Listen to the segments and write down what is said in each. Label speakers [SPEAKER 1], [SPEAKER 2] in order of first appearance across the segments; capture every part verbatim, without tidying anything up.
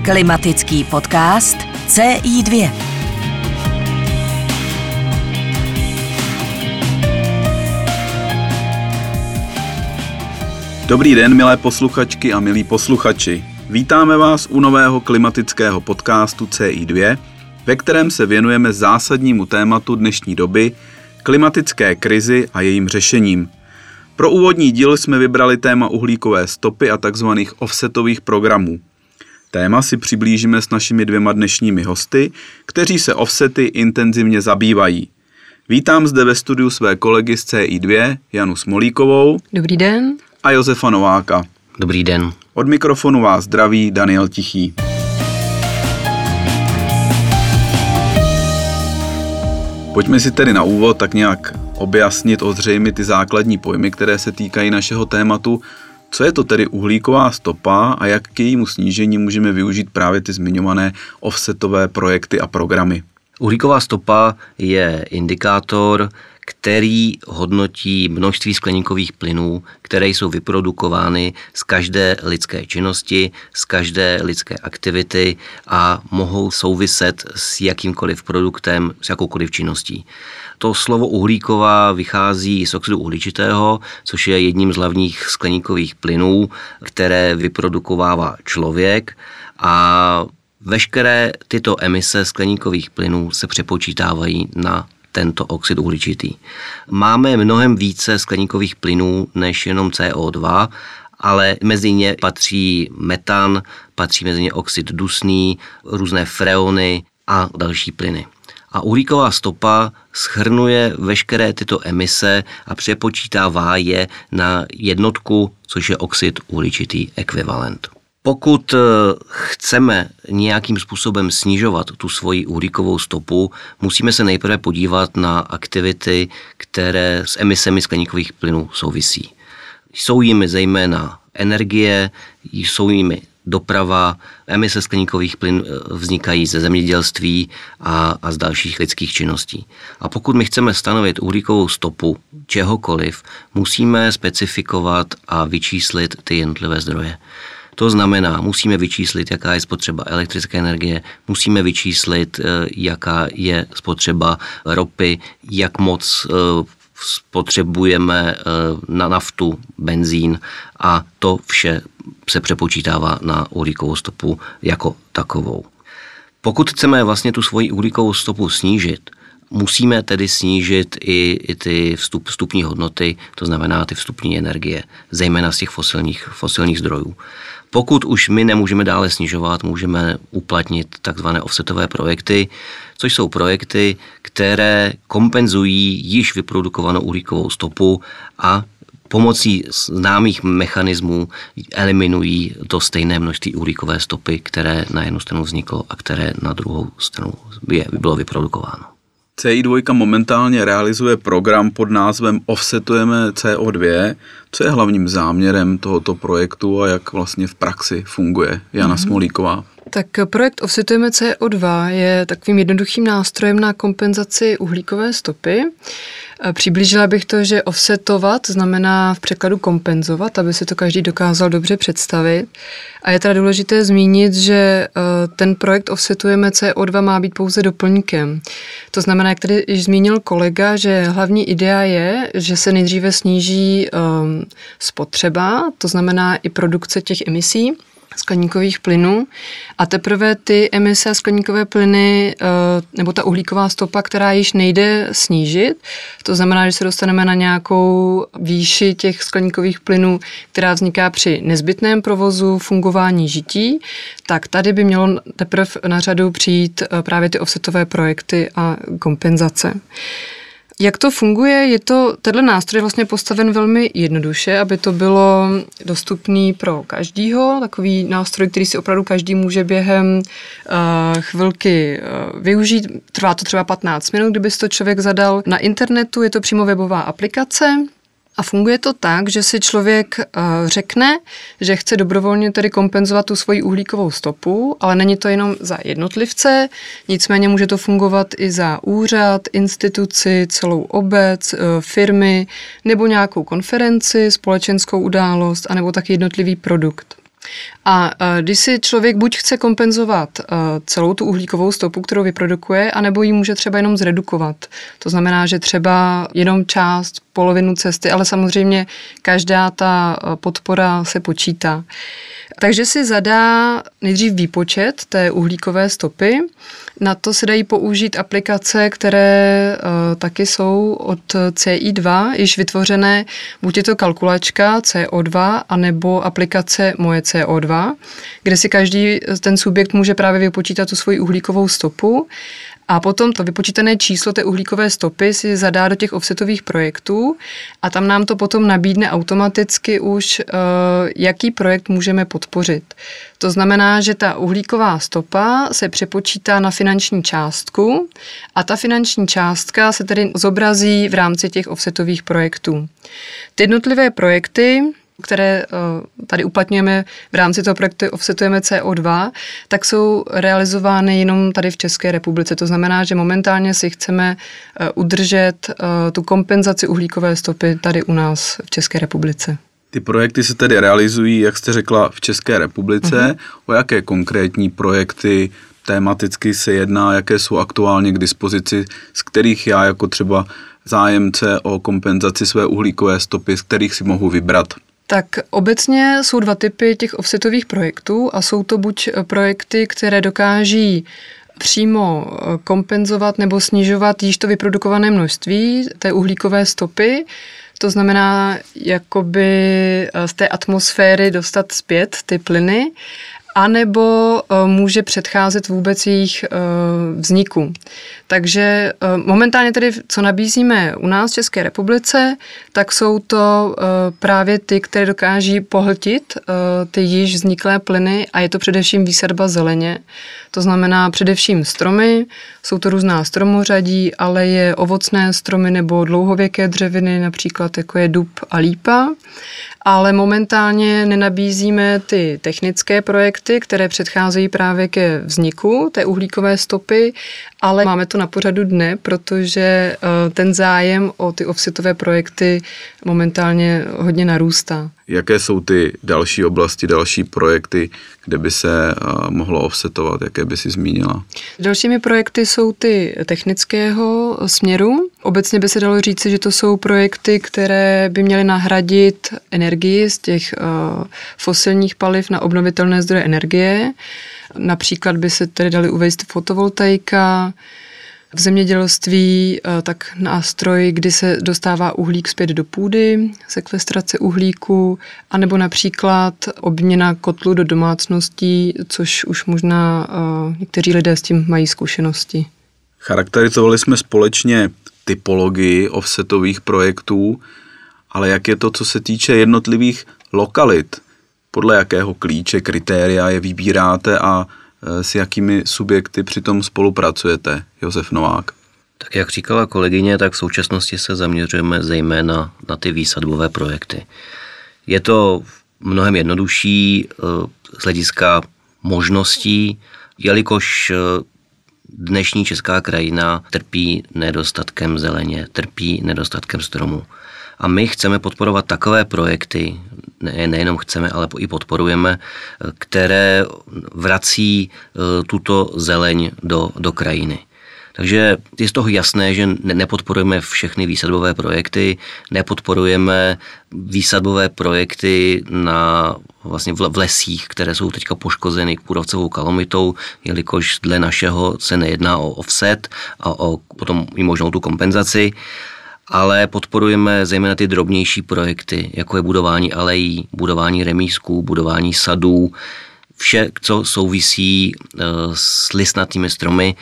[SPEAKER 1] Klimatický podcast C I dva.
[SPEAKER 2] Dobrý den, milé posluchačky a milí posluchači. Vítáme vás u nového klimatického podcastu C I dva, ve kterém se věnujeme zásadnímu tématu dnešní doby, klimatické krizi a jejím řešením. Pro úvodní díl jsme vybrali téma uhlíkové stopy a tzv. Offsetových programů. Téma si přiblížíme s našimi dvěma dnešními hosty, kteří se offsety intenzivně zabývají. Vítám zde ve studiu své kolegy z C I dva, Janu Smolíkovou.
[SPEAKER 3] Dobrý den.
[SPEAKER 2] A Josefa Nováka.
[SPEAKER 4] Dobrý den.
[SPEAKER 2] Od mikrofonu vás zdraví Daniel Tichý. Pojďme si tedy na úvod tak nějak objasnit, ozřejmit ty základní pojmy, které se týkají našeho tématu. Co je to tedy uhlíková stopa a jak k jejímu snížení můžeme využít právě ty zmiňované offsetové projekty a programy?
[SPEAKER 4] Uhlíková stopa je indikátor, který hodnotí množství skleníkových plynů, které jsou vyprodukovány z každé lidské činnosti, z každé lidské aktivity a mohou souviset s jakýmkoliv produktem, s jakoukoliv činností. To slovo uhlíková vychází z oxidu uhličitého, což je jedním z hlavních skleníkových plynů, které vyprodukovává člověk, a veškeré tyto emise skleníkových plynů se přepočítávají na tento oxid uhličitý. Máme mnohem více skleníkových plynů než jenom C O dva, ale mezi ně patří metan, patří mezi ně oxid dusný, různé freony a další plyny. A uhlíková stopa shrnuje veškeré tyto emise a přepočítává je na jednotku, což je oxid uhličitý ekvivalent. Pokud chceme nějakým způsobem snižovat tu svoji uhlíkovou stopu, musíme se nejprve podívat na aktivity, které s emisemi skleníkových plynů souvisí. Jsou jimi zejména energie, jsou jimi doprava, emise skleníkových plynů vznikají ze zemědělství a, a z dalších lidských činností. A pokud my chceme stanovit uhlíkovou stopu čehokoliv, musíme specifikovat a vyčíslit ty jednotlivé zdroje. To znamená, musíme vyčíslit, jaká je spotřeba elektrické energie, musíme vyčíslit, jaká je spotřeba ropy, jak moc spotřebujeme na naftu, benzín, a to vše se přepočítává na uhlíkovou stopu jako takovou. Pokud chceme vlastně tu svoji uhlíkovou stopu snížit, musíme tedy snížit i, i ty vstup, vstupní hodnoty, to znamená ty vstupní energie, zejména z těch fosilních, fosilních zdrojů. Pokud už my nemůžeme dále snižovat, můžeme uplatnit takzvané offsetové projekty, což jsou projekty, které kompenzují již vyprodukovanou uhlíkovou stopu a pomocí známých mechanismů eliminují to stejné množství uhlíkové stopy, které na jednu stranu vzniklo a které na druhou stranu by bylo vyprodukováno.
[SPEAKER 2] C I dva momentálně realizuje program pod názvem Offsetujeme C O dva. Co je hlavním záměrem tohoto projektu a jak vlastně v praxi funguje? Jana mm-hmm. Smolíková.
[SPEAKER 3] Tak projekt Offsetujeme C O dva je takovým jednoduchým nástrojem na kompenzaci uhlíkové stopy. Přiblížila bych to, že offsetovat znamená v překladu kompenzovat, aby si to každý dokázal dobře představit. A je teda důležité zmínit, že ten projekt Offsetujeme C O dva má být pouze doplňkem. To znamená, jak tady již zmínil kolega, že hlavní idea je, že se nejdříve sníží um, spotřeba, to znamená i produkce těch emisí skleníkových plynů, a teprve ty emise a skleníkové plyny nebo ta uhlíková stopa, která již nejde snížit, to znamená, že se dostaneme na nějakou výši těch skleníkových plynů, která vzniká při nezbytném provozu, fungování žití, tak tady by mělo teprve na řadu přijít právě ty offsetové projekty a kompenzace. Jak to funguje? Je to, tenhle nástroj je vlastně postaven velmi jednoduše, aby to bylo dostupný pro každýho. Takový nástroj, který si opravdu každý může během uh, chvilky uh, využít. Trvá to třeba patnáct minut, kdyby si to člověk zadal na internetu. Je to přímo webová aplikace. A funguje to tak, že si člověk uh, řekne, že chce dobrovolně tedy kompenzovat tu svoji uhlíkovou stopu, ale není to jenom za jednotlivce, nicméně může to fungovat i za úřad, instituci, celou obec, uh, firmy nebo nějakou konferenci, společenskou událost anebo taky jednotlivý produkt. A když si člověk buď chce kompenzovat celou tu uhlíkovou stopu, kterou vyprodukuje, anebo ji může třeba jenom zredukovat. To znamená, že třeba jenom část, polovinu cesty, ale samozřejmě každá ta podpora se počítá. Takže si zadá nejdřív výpočet té uhlíkové stopy. Na to se dají použít aplikace, které uh, taky jsou od C I dva, již vytvořené, buď je to kalkulačka C O dva, anebo aplikace Moje C O dva, kde si každý ten subjekt může právě vypočítat tu svoji uhlíkovou stopu. A potom to vypočítané číslo té uhlíkové stopy si zadá do těch offsetových projektů a tam nám to potom nabídne automaticky už, jaký projekt můžeme podpořit. To znamená, že ta uhlíková stopa se přepočítá na finanční částku a ta finanční částka se tedy zobrazí v rámci těch offsetových projektů. Ty jednotlivé projekty, které tady uplatňujeme v rámci toho projektu Offsetujeme C O dva, tak jsou realizovány jenom tady v České republice. To znamená, že momentálně si chceme udržet tu kompenzaci uhlíkové stopy tady u nás v České republice.
[SPEAKER 2] Ty projekty se tedy realizují, jak jste řekla, v České republice. Uh-huh. O jaké konkrétní projekty tematicky se jedná, jaké jsou aktuálně k dispozici, z kterých já jako třeba zájemce o kompenzaci své uhlíkové stopy, z kterých si mohu vybrat?
[SPEAKER 3] Tak obecně jsou dva typy těch offsetových projektů a jsou to buď projekty, které dokáží přímo kompenzovat nebo snižovat již to vyprodukované množství té uhlíkové stopy, to znamená jakoby z té atmosféry dostat zpět ty plyny, anebo může předcházet vůbec jejich vzniku. Takže momentálně tedy, co nabízíme u nás v České republice, tak jsou to právě ty, které dokáží pohltit ty již vzniklé plyny a je to především výsadba zeleně. To znamená především stromy, jsou to různá stromořadí, ale je ovocné stromy nebo dlouhověké dřeviny, například jako je dub a lípa. Ale momentálně nenabízíme ty technické projekty, které předcházejí právě ke vzniku té uhlíkové stopy, ale máme to na pořadu dne, protože ten zájem o ty offsetové projekty momentálně hodně narůstá.
[SPEAKER 2] Jaké jsou ty další oblasti, další projekty, kde by se mohlo offsetovat, jaké by si zmínila?
[SPEAKER 3] Dalšími projekty jsou ty technického směru. Obecně by se dalo říci, že to jsou projekty, které by měly nahradit energii z těch fosilních paliv na obnovitelné zdroje energie. Například by se tedy dali uvést fotovoltaika, v zemědělství tak nástroj, kdy se dostává uhlík zpět do půdy, sekvestrace uhlíku, anebo například obměna kotlu do domácností, což už možná někteří lidé s tím mají zkušenosti.
[SPEAKER 2] Charakterizovali jsme společně typologii offsetových projektů, ale jak je to, co se týče jednotlivých lokalit? Podle jakého klíče, kritéria je vybíráte a s jakými subjekty přitom spolupracujete, Josef Novák?
[SPEAKER 4] Tak jak říkala kolegyně, tak v současnosti se zaměřujeme zejména na ty výsadbové projekty. Je to mnohem jednodušší z hlediska možností, jelikož dnešní česká krajina trpí nedostatkem zeleně, trpí nedostatkem stromů. A my chceme podporovat takové projekty, ne, nejenom chceme, ale i podporujeme, které vrací tuto zeleň do, do krajiny. Takže je z toho jasné, že nepodporujeme všechny výsadbové projekty, nepodporujeme výsadbové projekty na, vlastně v lesích, které jsou teďka poškozeny kůrovcovou kalamitou, jelikož dle našeho se nejedná o offset a o potom i možnou tu kompenzaci, ale podporujeme zejména ty drobnější projekty, jako je budování alejí, budování remízků, budování sadů, vše, co souvisí s listnatými stromy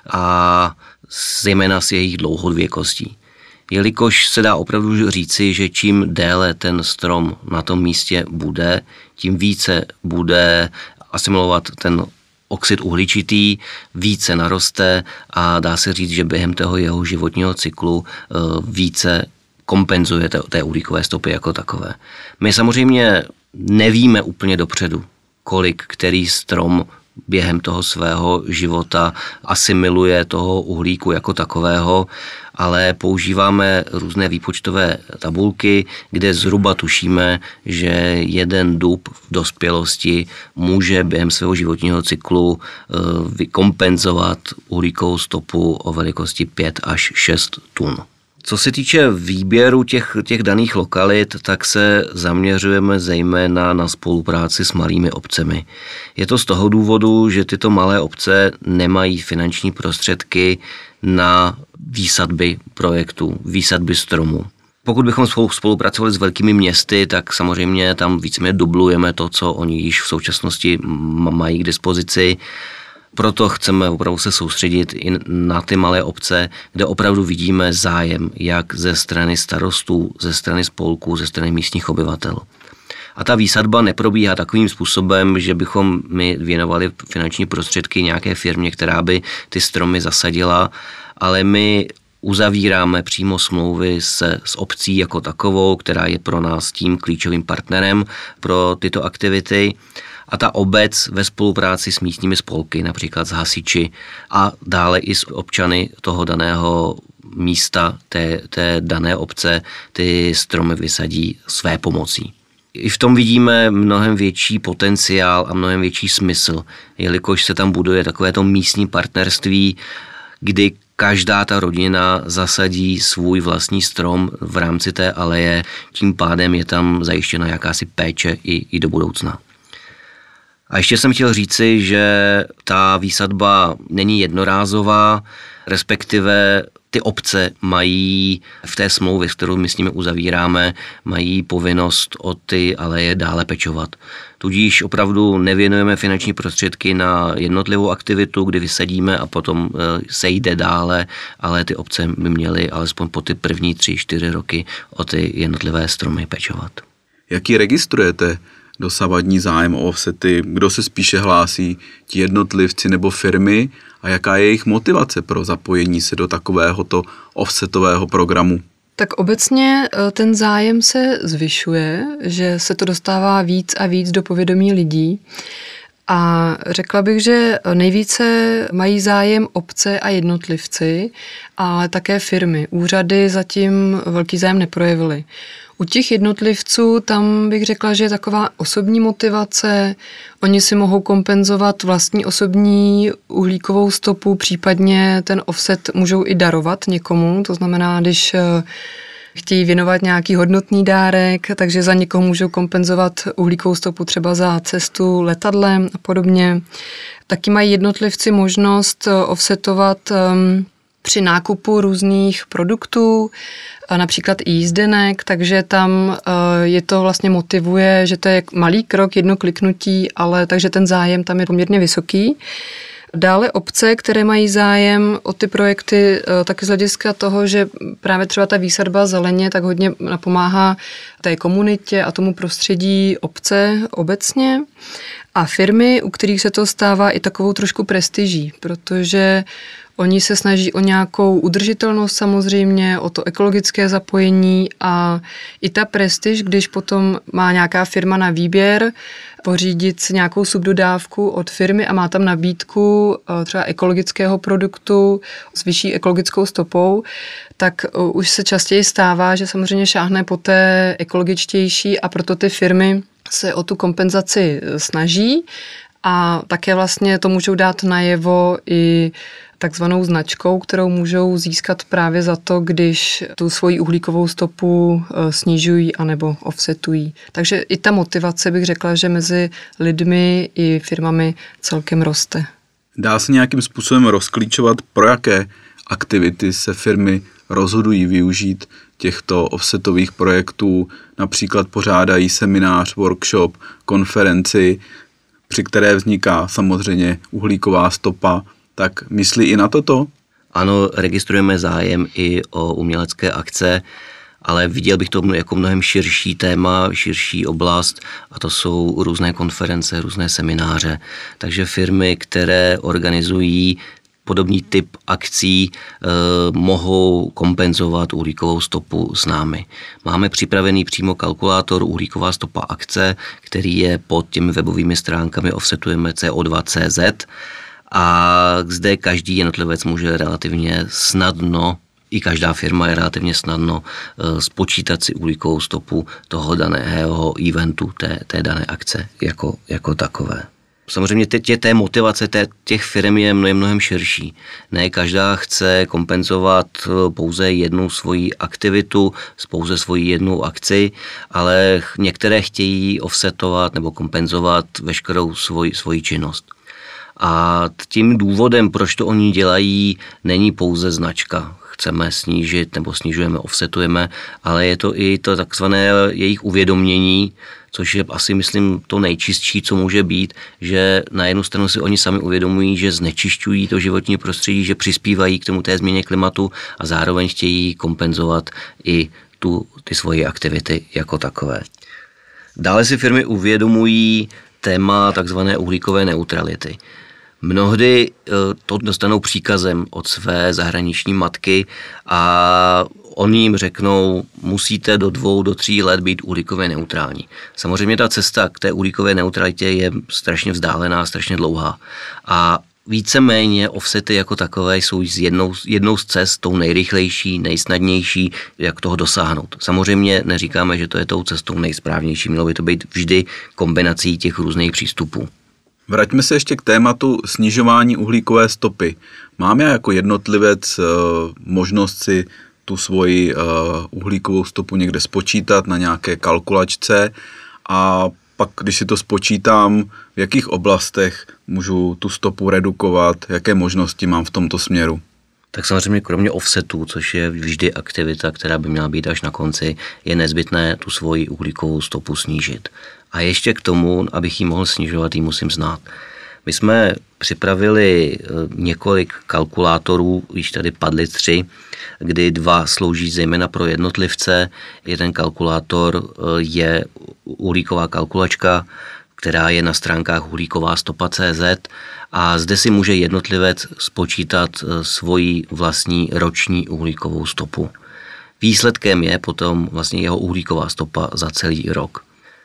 [SPEAKER 4] a zejména s jejich dlouhověkostí. Jelikož se dá opravdu říci, že čím déle ten strom na tom místě bude, tím více bude asimilovat ten oxid uhličitý, více naroste a dá se říct, že během toho jeho životního cyklu více kompenzuje té uhlíkové stopy jako takové. My samozřejmě nevíme úplně dopředu, kolik který strom během toho svého života asimiluje toho uhlíku jako takového, ale používáme různé výpočtové tabulky, kde zhruba tušíme, že jeden dub v dospělosti může během svého životního cyklu vykompenzovat uhlíkovou stopu o velikosti pět až šest tun. Co se týče výběru těch, těch daných lokalit, tak se zaměřujeme zejména na spolupráci s malými obcemi. Je to z toho důvodu, že tyto malé obce nemají finanční prostředky na výsadby projektů, výsadby stromů. Pokud bychom spolupracovali s velkými městy, tak samozřejmě tam víceméně dublujeme to, co oni již v současnosti mají k dispozici. Proto chceme opravdu se soustředit i na ty malé obce, kde opravdu vidíme zájem jak ze strany starostů, ze strany spolků, ze strany místních obyvatel. A ta výsadba neprobíhá takovým způsobem, že bychom my věnovali finanční prostředky nějaké firmě, která by ty stromy zasadila, ale my uzavíráme přímo smlouvy se, s obcí jako takovou, která je pro nás tím klíčovým partnerem pro tyto aktivity. A ta obec ve spolupráci s místními spolky, například s hasiči a dále i s občany toho daného místa, té, té dané obce, ty stromy vysadí své pomocí. I v tom vidíme mnohem větší potenciál a mnohem větší smysl, jelikož se tam buduje takovéto místní partnerství, kdy každá ta rodina zasadí svůj vlastní strom v rámci té aleje, tím pádem je tam zajištěna jakási péče i, i do budoucna. A ještě jsem chtěl říci, že ta výsadba není jednorázová, respektive ty obce mají v té smlouvě, s kterou my s nimi uzavíráme, mají povinnost o ty aleje dále pečovat. Tudíž opravdu nevěnujeme finanční prostředky na jednotlivou aktivitu, kdy vysadíme a potom se jde dále, ale ty obce by měly alespoň po ty první tři, čtyři roky o ty jednotlivé stromy pečovat.
[SPEAKER 2] Jaký registrujete dosavadní zájem o offsety? Kdo se spíše hlásí, ti jednotlivci nebo firmy, a jaká je jejich motivace pro zapojení se do takovéhoto offsetového programu?
[SPEAKER 3] Tak obecně ten zájem se zvyšuje, že se to dostává víc a víc do povědomí lidí. A řekla bych, že nejvíce mají zájem obce a jednotlivci, ale také firmy. Úřady zatím velký zájem neprojevily. U těch jednotlivců tam bych řekla, že je taková osobní motivace, oni si mohou kompenzovat vlastní osobní uhlíkovou stopu, případně ten offset můžou i darovat někomu, to znamená, když chtějí věnovat nějaký hodnotný dárek, takže za někoho můžou kompenzovat uhlíkovou stopu třeba za cestu letadlem a podobně. Taky mají jednotlivci možnost offsetovat um, při nákupu různých produktů, například i jízdenek, takže tam je to vlastně motivuje, že to je malý krok, jedno kliknutí, ale takže ten zájem tam je poměrně vysoký. Dále obce, které mají zájem o ty projekty, taky z hlediska toho, že právě třeba ta výsadba zeleně tak hodně napomáhá té komunitě a tomu prostředí obce obecně. A firmy, u kterých se to stává i takovou trošku prestiží, protože oni se snaží o nějakou udržitelnost samozřejmě, o to ekologické zapojení a i ta prestiž, když potom má nějaká firma na výběr pořídit si nějakou subdodávku od firmy a má tam nabídku třeba ekologického produktu s vyšší ekologickou stopou, tak už se častěji stává, že samozřejmě šáhne po té ekologičtější a proto ty firmy se o tu kompenzaci snaží a také vlastně to můžou dát najevo i takzvanou značkou, kterou můžou získat právě za to, když tu svoji uhlíkovou stopu snižují anebo offsetují. Takže i ta motivace bych řekla, že mezi lidmi i firmami celkem roste.
[SPEAKER 2] Dá se nějakým způsobem rozklíčovat, pro jaké aktivity se firmy rozhodují využít těchto offsetových projektů, například pořádají seminář, workshop, konferenci, při které vzniká samozřejmě uhlíková stopa, tak myslí i na toto?
[SPEAKER 4] Ano, registrujeme zájem i o umělecké akce, ale viděl bych to jako mnohem širší téma, širší oblast a to jsou různé konference, různé semináře. Takže firmy, které organizují podobný typ akcí eh, mohou kompenzovat uhlíkovou stopu s námi. Máme připravený přímo kalkulátor uhlíková stopa akce, který je pod těmi webovými stránkami offsetujeme C O dva tečka C Z a zde každý jednotlivec může relativně snadno, i každá firma je relativně snadno eh, spočítat si uhlíkovou stopu toho daného eventu, té, té dané akce jako, jako takové. Samozřejmě tě, té motivace té, těch firm je mnohem, mnohem širší. Ne každá chce kompenzovat pouze jednu svoji aktivitu, pouze svoji jednu akci, ale některé chtějí offsetovat nebo kompenzovat veškerou svoji, svoji činnost. A tím důvodem, proč to oni dělají, není pouze značka. Chceme snížit nebo snižujeme, offsetujeme, ale je to i to takzvané jejich uvědomění, což je asi, myslím, to nejčistší, co může být, že na jednu stranu si oni sami uvědomují, že znečišťují to životní prostředí, že přispívají k tomu té změně klimatu a zároveň chtějí kompenzovat i tu, ty svoje aktivity jako takové. Dále si firmy uvědomují téma takzvané uhlíkové neutrality. Mnohdy to dostanou příkazem od své zahraniční matky a oni jim řeknou, musíte do dvou, do tří let být uhlíkově neutrální. Samozřejmě ta cesta k té uhlíkové neutralitě je strašně vzdálená, strašně dlouhá. A víceméně offsety jako takové jsou jednou, jednou z cest, tou nejrychlejší, nejsnadnější, jak toho dosáhnout. Samozřejmě neříkáme, že to je tou cestou nejsprávnější, mělo by to být vždy kombinací těch různých přístupů.
[SPEAKER 2] Vraťme se ještě k tématu snižování uhlíkové stopy. Mám já jako jednotlivec možnost si tu svoji uhlíkovou stopu někde spočítat na nějaké kalkulačce a pak, když si to spočítám, v jakých oblastech můžu tu stopu redukovat, jaké možnosti mám v tomto směru?
[SPEAKER 4] Tak samozřejmě kromě offsetů, což je vždy aktivita, která by měla být až na konci, je nezbytné tu svoji uhlíkovou stopu snížit. A ještě k tomu, abych ji mohl snižovat, ji musím znát. My jsme připravili několik kalkulátorů, již tady padly tři, kdy dva slouží zejména pro jednotlivce. Jeden kalkulátor je uhlíková kalkulačka, která je na stránkách uhlíková stopa tečka cé zet a zde si může jednotlivec spočítat svoji vlastní roční uhlíkovou stopu. Výsledkem je potom vlastně jeho uhlíková stopa za celý rok.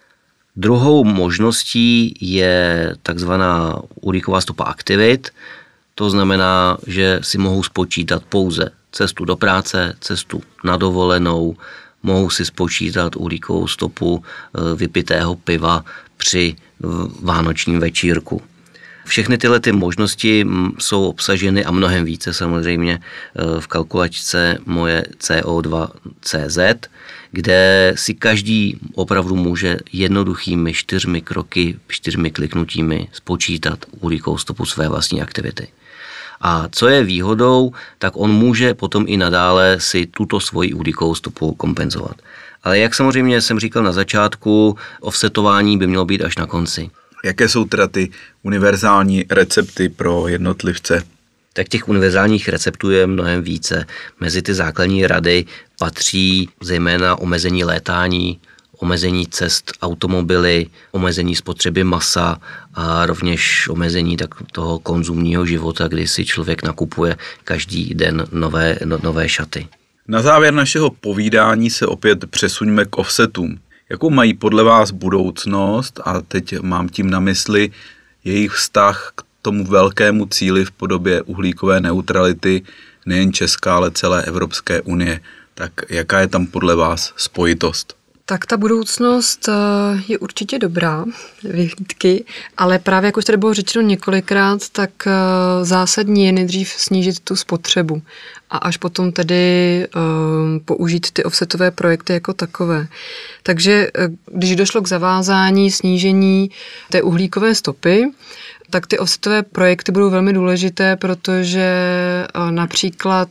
[SPEAKER 4] Druhou možností je takzvaná uhlíková stopa aktivit, to znamená, že si mohou spočítat pouze cestu do práce, cestu na dovolenou, mohou si spočítat uhlíkovou stopu vypitého piva při vánočním večírku. Všechny tyhle ty možnosti jsou obsaženy a mnohem více samozřejmě v kalkulačce moje C O dva tečka cé zet, kde si každý opravdu může jednoduchými čtyřmi kroky, čtyřmi kliknutími spočítat uhlíkovou stopu své vlastní aktivity. A co je výhodou, tak on může potom i nadále si tuto svoji uhlíkovou stopu kompenzovat. Ale jak samozřejmě jsem říkal na začátku, offsetování by mělo být až na konci.
[SPEAKER 2] Jaké jsou teda ty univerzální recepty pro jednotlivce?
[SPEAKER 4] Tak těch univerzálních receptů je mnohem více. Mezi ty základní rady patří zejména omezení létání, omezení cest automobily, omezení spotřeby masa a rovněž omezení tak toho konzumního života, kdy si člověk nakupuje každý den nové, no, nové šaty.
[SPEAKER 2] Na závěr našeho povídání se opět přesuňme k offsetům. Jakou mají podle vás budoucnost, a teď mám tím na mysli jejich vztah k tomu velkému cíli v podobě uhlíkové neutrality nejen Česká, ale celé Evropské unie. Tak jaká je tam podle vás spojitost?
[SPEAKER 3] Tak ta budoucnost je určitě dobrá, vyhlídky, ale právě jak už tady bylo řečeno několikrát, tak zásadní je nejdřív snížit tu spotřebu a až potom tedy použít ty offsetové projekty jako takové. Takže když došlo k zavázání snížení té uhlíkové stopy, tak ty offsetové projekty budou velmi důležité, protože například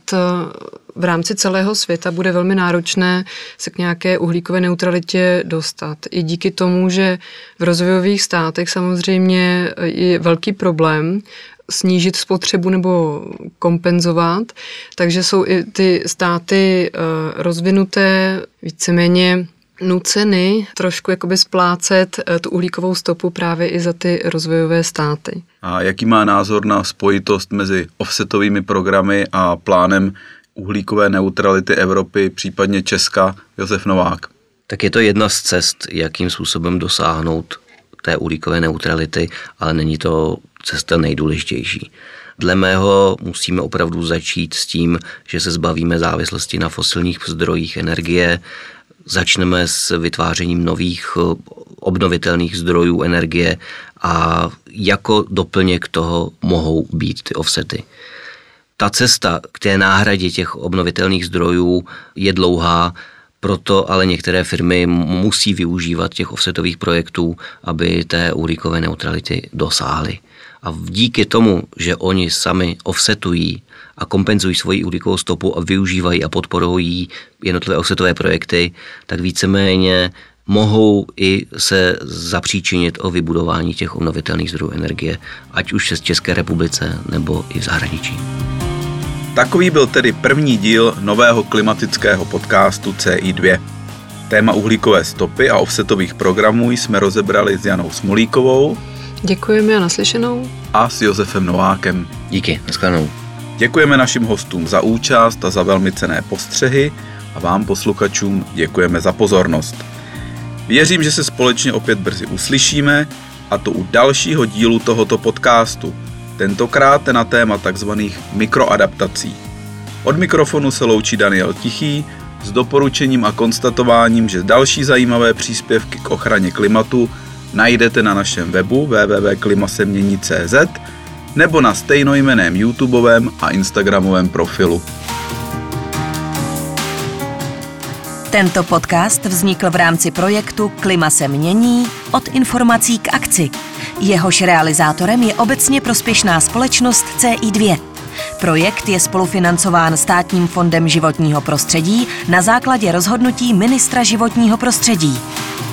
[SPEAKER 3] v rámci celého světa bude velmi náročné se k nějaké uhlíkové neutralitě dostat. I díky tomu, že v rozvojových státech samozřejmě je velký problém snížit spotřebu nebo kompenzovat, takže jsou i ty státy rozvinuté víceméně nuceny trošku jakoby splácet tu uhlíkovou stopu právě i za ty rozvojové státy.
[SPEAKER 2] A jaký má názor na spojitost mezi offsetovými programy a plánem uhlíkové neutrality Evropy, případně Česka, Josef Novák?
[SPEAKER 4] Tak je to jedna z cest, jakým způsobem dosáhnout té uhlíkové neutrality, ale není to cesta nejdůležitější. Dle mého musíme opravdu začít s tím, že se zbavíme závislosti na fosilních zdrojích energie, začneme s vytvářením nových obnovitelných zdrojů energie a jako doplněk toho mohou být ty offsety. Ta cesta k té náhradě těch obnovitelných zdrojů je dlouhá, proto ale některé firmy musí využívat těch offsetových projektů, aby té uhlíkové neutrality dosáhly. A díky tomu, že oni sami offsetují a kompenzují svoji uhlíkovou stopu a využívají a podporují jednotlivé offsetové projekty, tak víceméně mohou i se zapříčinit o vybudování těch obnovitelných zdrojů energie, ať už v České republice nebo i v zahraničí.
[SPEAKER 2] Takový byl tedy první díl nového klimatického podcastu C I dva. Téma uhlíkové stopy a offsetových programů jsme rozebrali s Janou Smolíkovou.
[SPEAKER 3] Děkujeme a naslyšenou.
[SPEAKER 2] A s Josefem Novákem.
[SPEAKER 4] Díky, nashledanou.
[SPEAKER 2] Děkujeme našim hostům za účast a za velmi cenné postřehy a vám posluchačům děkujeme za pozornost. Věřím, že se společně opět brzy uslyšíme, a to u dalšího dílu tohoto podcastu, tentokrát na téma takzvaných mikroadaptací. Od mikrofonu se loučí Daniel Tichý s doporučením a konstatováním, že další zajímavé příspěvky k ochraně klimatu najdete na našem webu w w w tečka klima se mění tečka c z nebo na stejnojmenném YouTubeovém a Instagramovém profilu.
[SPEAKER 1] Tento podcast vznikl v rámci projektu Klima se mění od informací k akci. Jehož realizátorem je obecně prospěšná společnost C I dva. Projekt je spolufinancován Státním fondem životního prostředí na základě rozhodnutí ministra životního prostředí.